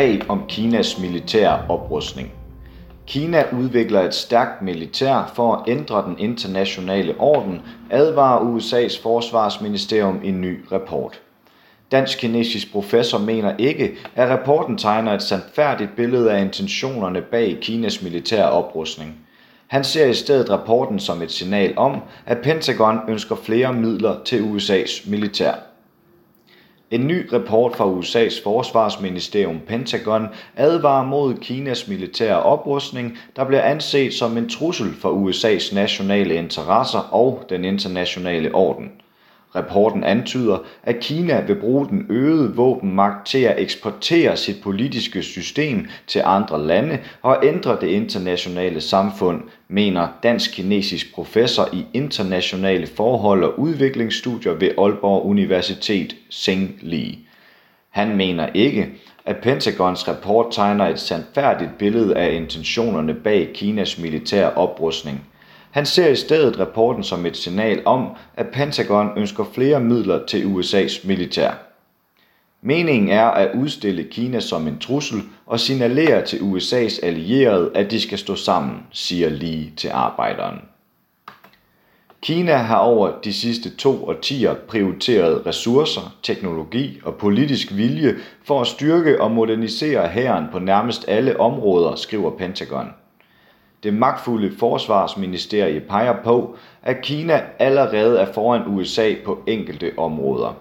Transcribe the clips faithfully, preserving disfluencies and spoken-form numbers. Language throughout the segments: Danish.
greb om Kinas militære oprustning. Kina udvikler et stærkt militær for at ændre den internationale orden, advarer U S A's forsvarsministerium i en ny rapport. Dansk-kinesisk professor mener ikke, at rapporten tegner et sandfærdigt billede af intentionerne bag Kinas militære oprustning. Han ser i stedet rapporten som et signal om, at Pentagon ønsker flere midler til U S A's militær. En ny rapport fra U S A's forsvarsministerium Pentagon advarer mod Kinas militære oprustning, der bliver anset som en trussel for U S A's nationale interesser og den internationale orden. Rapporten antyder, at Kina vil bruge den øgede våbenmagt til at eksportere sit politiske system til andre lande og ændre det internationale samfund, mener dansk-kinesisk professor i internationale forhold og udviklingsstudier ved Aalborg Universitet, Zheng Li. Han mener ikke, at Pentagons rapport tegner et sandfærdigt billede af intentionerne bag Kinas militære oprustning. Han ser i stedet rapporten som et signal om, at Pentagon ønsker flere midler til U S A's militær. Meningen er at udstille Kina som en trussel og signalere til U S A's allierede, at de skal stå sammen, siger Li til Arbejderen. Kina har over de sidste to årtier prioriteret ressourcer, teknologi og politisk vilje for at styrke og modernisere hæren på nærmest alle områder, skriver Pentagon. Det magtfulde forsvarsministerie peger på, at Kina allerede er foran U S A på enkelte områder.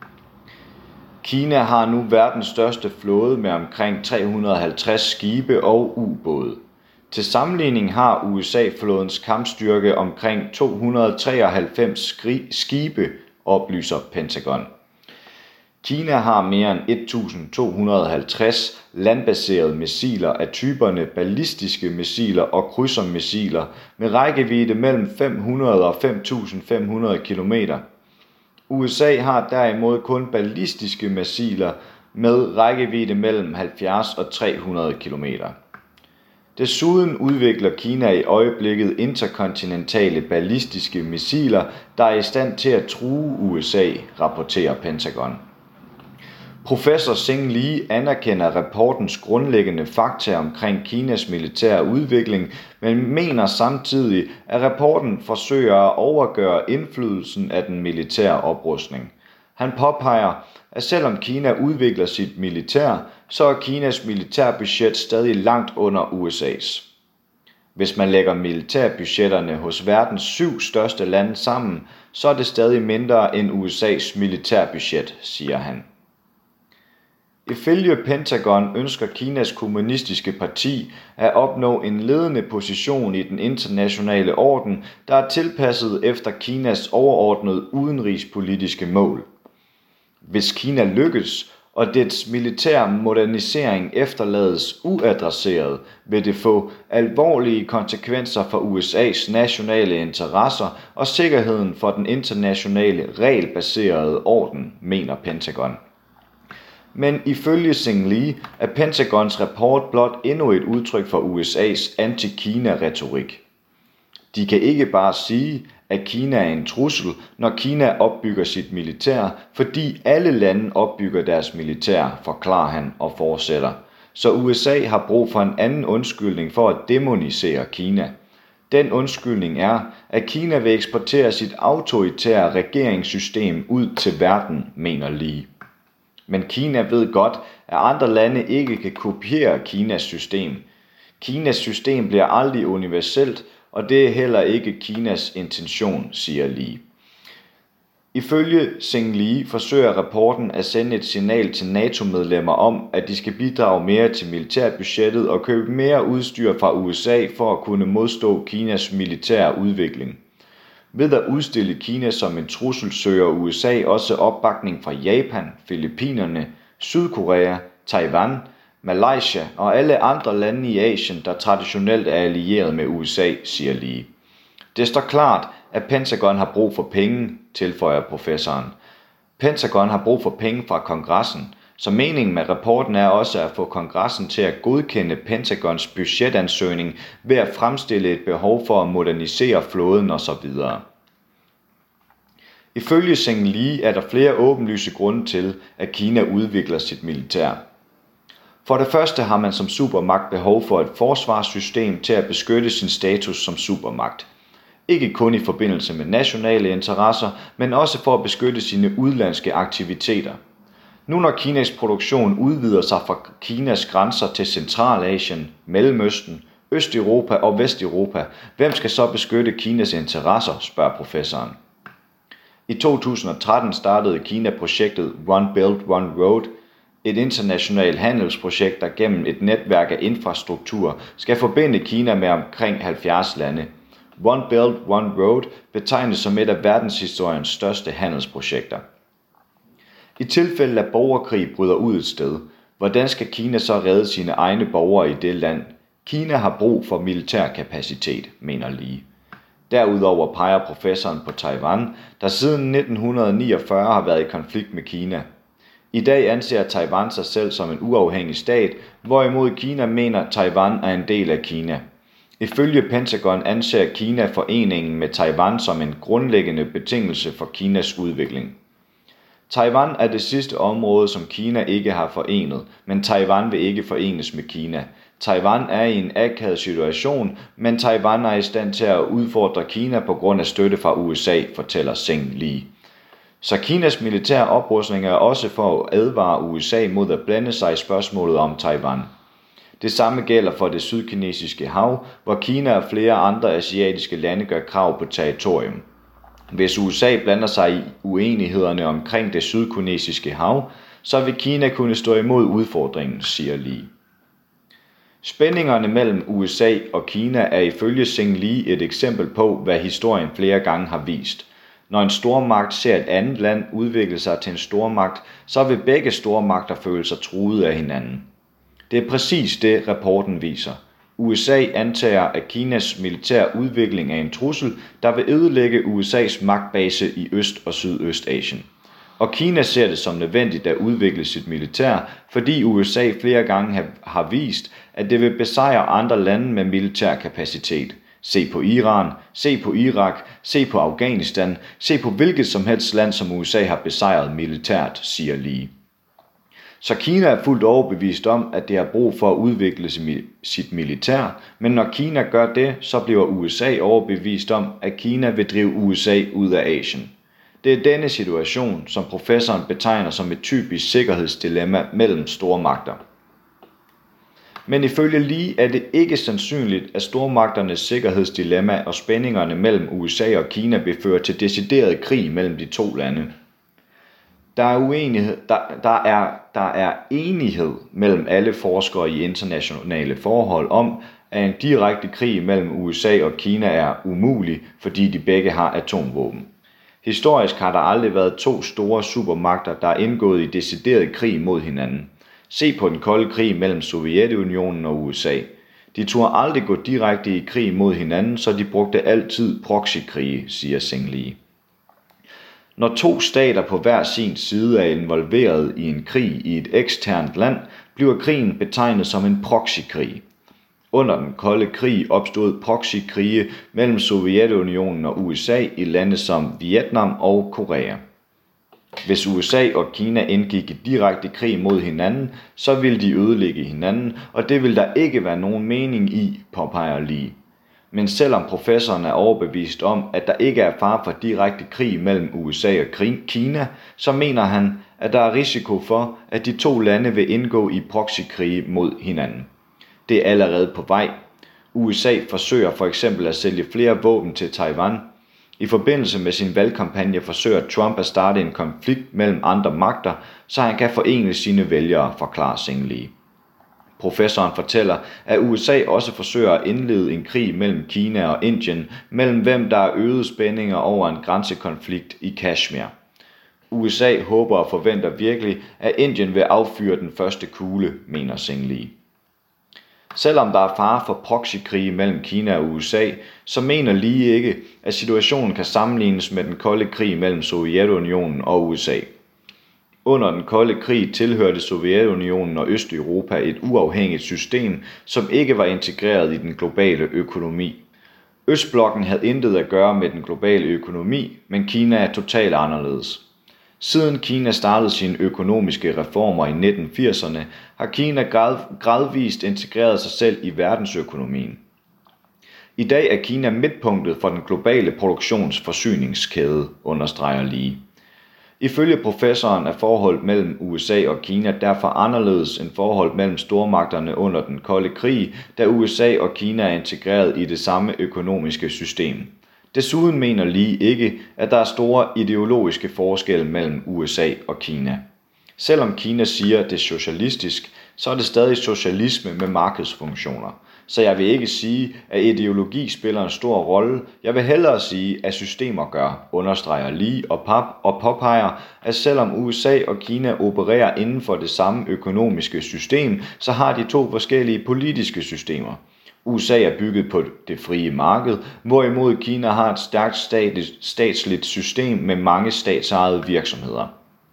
Kina har nu verdens største flåde med omkring tre hundrede og halvtreds skibe og ubåde. Til sammenligning har U S A-flådens kampstyrke omkring to hundrede og treoghalvfems skibe, oplyser Pentagon. Kina har mere end et tusind to hundrede og halvtreds landbaserede missiler af typerne ballistiske missiler og krydsermissiler med rækkevidde mellem fem hundrede og fem tusind fem hundrede kilometer. U S A har derimod kun ballistiske missiler med rækkevidde mellem halvfjerds og tre hundrede kilometer. Desuden udvikler Kina i øjeblikket interkontinentale ballistiske missiler, der er i stand til at true U S A, rapporterer Pentagon. Professor Zheng Li anerkender rapportens grundlæggende fakta omkring Kinas militære udvikling, men mener samtidig, at rapporten forsøger at overgøre indflydelsen af den militære oprustning. Han påpeger, at selvom Kina udvikler sit militær, så er Kinas militærbudget stadig langt under U S A's. Hvis man lægger militærbudgetterne hos verdens syv største lande sammen, så er det stadig mindre end U S A's militærbudget, siger han. Ifølge Pentagon ønsker Kinas kommunistiske parti at opnå en ledende position i den internationale orden, der er tilpasset efter Kinas overordnede udenrigspolitiske mål. Hvis Kina lykkes, og dets militære modernisering efterlades uadresseret, vil det få alvorlige konsekvenser for U S A's nationale interesser og sikkerheden for den internationale regelbaserede orden, mener Pentagon. Men ifølge Zheng Li er Pentagons rapport blot endnu et udtryk for U S A's anti-Kina-retorik. De kan ikke bare sige, at Kina er en trussel, når Kina opbygger sit militær, fordi alle lande opbygger deres militær, forklarer han og fortsætter. Så U S A har brug for en anden undskyldning for at dæmonisere Kina. Den undskyldning er, at Kina vil eksportere sit autoritære regeringssystem ud til verden, mener Li. Men Kina ved godt, at andre lande ikke kan kopiere Kinas system. Kinas system bliver aldrig universelt, og det er heller ikke Kinas intention, siger Li. Ifølge Zheng Li forsøger rapporten at sende et signal til NATO-medlemmer om, at de skal bidrage mere til militærbudgettet og købe mere udstyr fra U S A for at kunne modstå Kinas militære udvikling. Ved at udstille Kina som en trussel søger U S A også opbakning fra Japan, Filippinerne, Sydkorea, Taiwan, Malaysia og alle andre lande i Asien, der traditionelt er allieret med U S A, siger Li. Det står klart, at Pentagon har brug for penge, tilføjer professoren. Pentagon har brug for penge fra kongressen, så meningen med rapporten er også at få kongressen til at godkende Pentagons budgetansøgning ved at fremstille et behov for at modernisere flåden osv. Ifølge Zheng Li er der flere åbenlyse grunde til, at Kina udvikler sit militær. For det første har man som supermagt behov for et forsvarssystem til at beskytte sin status som supermagt. Ikke kun i forbindelse med nationale interesser, men også for at beskytte sine udenlandske aktiviteter. Nu når Kinas produktion udvider sig fra Kinas grænser til Centralasien, Mellemøsten, Østeuropa og Vesteuropa, hvem skal så beskytte Kinas interesser, spørger professoren. I to tusind og tretten startede Kina projektet One Belt One Road, et internationalt handelsprojekt, der gennem et netværk af infrastruktur skal forbinde Kina med omkring halvfjerds lande. One Belt One Road betegnes som et af verdenshistoriens største handelsprojekter. I tilfælde af borgerkrig bryder ud et sted, hvordan skal Kina så redde sine egne borgere i det land? Kina har brug for militær kapacitet, mener Li. Derudover peger professoren på Taiwan, der siden nitten niogfyrre har været i konflikt med Kina. I dag anser Taiwan sig selv som en uafhængig stat, hvorimod Kina mener, at Taiwan er en del af Kina. Ifølge Pentagon anser Kina foreningen med Taiwan som en grundlæggende betingelse for Kinas udvikling. Taiwan er det sidste område, som Kina ikke har forenet, men Taiwan vil ikke forenes med Kina. Taiwan er i en akavet situation, men Taiwan er i stand til at udfordre Kina på grund af støtte fra U S A, fortæller Zheng Li. Så Kinas militære oprustning er også for at advare U S A mod at blande sig i spørgsmålet om Taiwan. Det samme gælder for det sydkinesiske hav, hvor Kina og flere andre asiatiske lande gør krav på territorium. Hvis U S A blander sig i uenighederne omkring det sydkinesiske hav, så vil Kina kunne stå imod udfordringen, siger Li. Spændingerne mellem U S A og Kina er ifølge Zheng Li et eksempel på, hvad historien flere gange har vist. Når en stormagt ser et andet land udvikle sig til en stormagt, så vil begge stormagter føle sig truet af hinanden. Det er præcis det, rapporten viser. U S A antager, at Kinas militære udvikling er en trussel, der vil ødelægge U S A's magtbase i Øst- og Sydøstasien. Og Kina ser det som nødvendigt at udvikle sit militær, fordi U S A flere gange har vist, at det vil besejre andre lande med militær kapacitet. Se på Iran, se på Irak, se på Afghanistan, se på hvilket som helst land, som U S A har besejret militært, siger Li. Så Kina er fuldt overbevist om, at det har brug for at udvikle sit militær, men når Kina gør det, så bliver U S A overbevist om, at Kina vil drive U S A ud af Asien. Det er denne situation, som professoren betegner som et typisk sikkerhedsdilemma mellem stormagter. Men ifølge Li er det ikke sandsynligt, at stormagternes sikkerhedsdilemma og spændingerne mellem U S A og Kina vil føre til decideret krig mellem de to lande. Der er, uenighed, der, der, er, der er enighed mellem alle forskere i internationale forhold om, at en direkte krig mellem U S A og Kina er umulig, fordi de begge har atomvåben. Historisk har der aldrig været to store supermagter, der er indgået i decideret krig mod hinanden. Se på den kolde krig mellem Sovjetunionen og U S A. De turde aldrig gå direkte i krig mod hinanden, så de brugte altid proxykrige, siger Zheng Li. Når to stater på hver sin side er involveret i en krig i et eksternt land, bliver krigen betegnet som en proxykrig. Under den kolde krig opstod proxykrige mellem Sovjetunionen og U S A i lande som Vietnam og Korea. Hvis U S A og Kina indgik i direkte krig mod hinanden, så ville de ødelægge hinanden, og det vil der ikke være nogen mening i, påpeger Li. Men selvom professoren er overbevist om, at der ikke er fare for direkte krig mellem U S A og Kina, så mener han, at der er risiko for, at de to lande vil indgå i proxykrige mod hinanden. Det er allerede på vej. U S A forsøger for eksempel at sælge flere våben til Taiwan. I forbindelse med sin valgkampagne forsøger Trump at starte en konflikt mellem andre magter, så han kan forene sine vælgere, forklarer Zheng Li. Professoren fortæller, at U S A også forsøger at indlede en krig mellem Kina og Indien, mellem hvem der er øgede spændinger over en grænsekonflikt i Kashmir. U S A håber og forventer virkelig, at Indien vil affyre den første kugle, mener Zheng Li. Selvom der er fare for proxykrige mellem Kina og U S A, så mener Li ikke, at situationen kan sammenlignes med den kolde krig mellem Sovjetunionen og U S A. Under den kolde krig tilhørte Sovjetunionen og Østeuropa et uafhængigt system, som ikke var integreret i den globale økonomi. Østblokken havde intet at gøre med den globale økonomi, men Kina er totalt anderledes. Siden Kina startede sine økonomiske reformer i nitten firserne, har Kina gradvist integreret sig selv i verdensøkonomien. I dag er Kina midtpunktet for den globale produktionsforsyningskæde, understreger Lee. Ifølge professoren er forholdet mellem U S A og Kina derfor anderledes end forholdet mellem stormagterne under den kolde krig, da U S A og Kina er integreret i det samme økonomiske system. Desuden mener Lee ikke, at der er store ideologiske forskelle mellem U S A og Kina. Selvom Kina siger, at det er socialistisk, så er det stadig socialisme med markedsfunktioner. Så jeg vil ikke sige, at ideologi spiller en stor rolle. Jeg vil hellere sige, at systemer gør, understreger Lee og, pap og påpeger, at selvom U S A og Kina opererer inden for det samme økonomiske system, så har de to forskellige politiske systemer. U S A er bygget på det frie marked, hvorimod Kina har et stærkt statsligt system med mange statsejede virksomheder.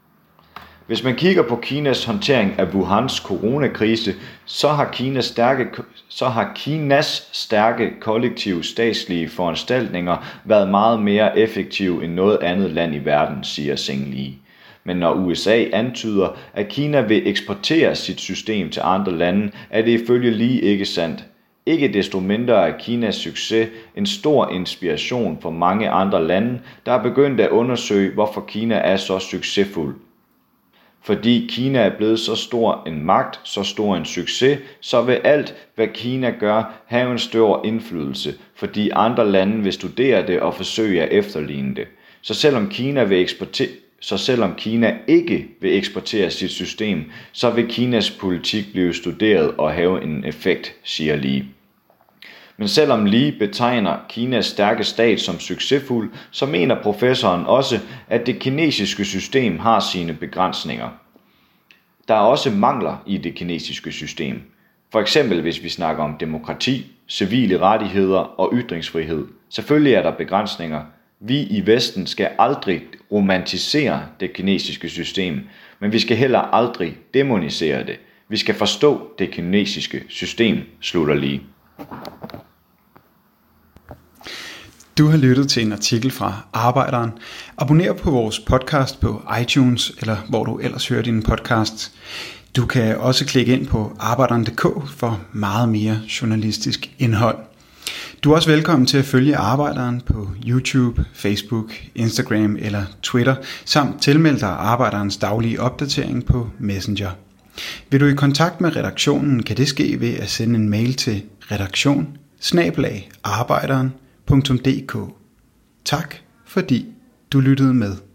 Hvis man kigger på Kinas håndtering af Wuhans coronakrise, så har Kinas stærke, så har Kinas stærke kollektive statslige foranstaltninger været meget mere effektive end noget andet land i verden, siger Zheng Li. Men når U S A antyder, at Kina vil eksportere sit system til andre lande, er det ifølge Li ikke sandt. Ikke desto mindre er Kinas succes en stor inspiration for mange andre lande, der er begyndt at undersøge, hvorfor Kina er så succesfuld. Fordi Kina er blevet så stor en magt, så stor en succes, så vil alt, hvad Kina gør, have en stor indflydelse, fordi andre lande vil studere det og forsøge at efterligne det. Så selvom Kina vil eksportere Så selvom Kina ikke vil eksportere sit system, så vil Kinas politik blive studeret og have en effekt, siger Lee. Men selvom Lee betegner Kinas stærke stat som succesfuld, så mener professoren også, at det kinesiske system har sine begrænsninger. Der er også mangler i det kinesiske system. For eksempel hvis vi snakker om demokrati, civile rettigheder og ytringsfrihed. Selvfølgelig er der begrænsninger. Vi i Vesten skal aldrig romantisere det kinesiske system, men vi skal heller aldrig dæmonisere det. Vi skal forstå det kinesiske system, slutter Lee. Du har lyttet til en artikel fra Arbejderen. Abonner på vores podcast på iTunes, eller hvor du ellers hører dine podcasts. Du kan også klikke ind på arbejderen punktum d k for meget mere journalistisk indhold. Du er også velkommen til at følge Arbejderen på YouTube, Facebook, Instagram eller Twitter, samt tilmelde dig Arbejderens daglige opdatering på Messenger. Vil du i kontakt med redaktionen, kan det ske ved at sende en mail til redaktion bindestreg arbejderen punktum d k. Tak fordi du lyttede med.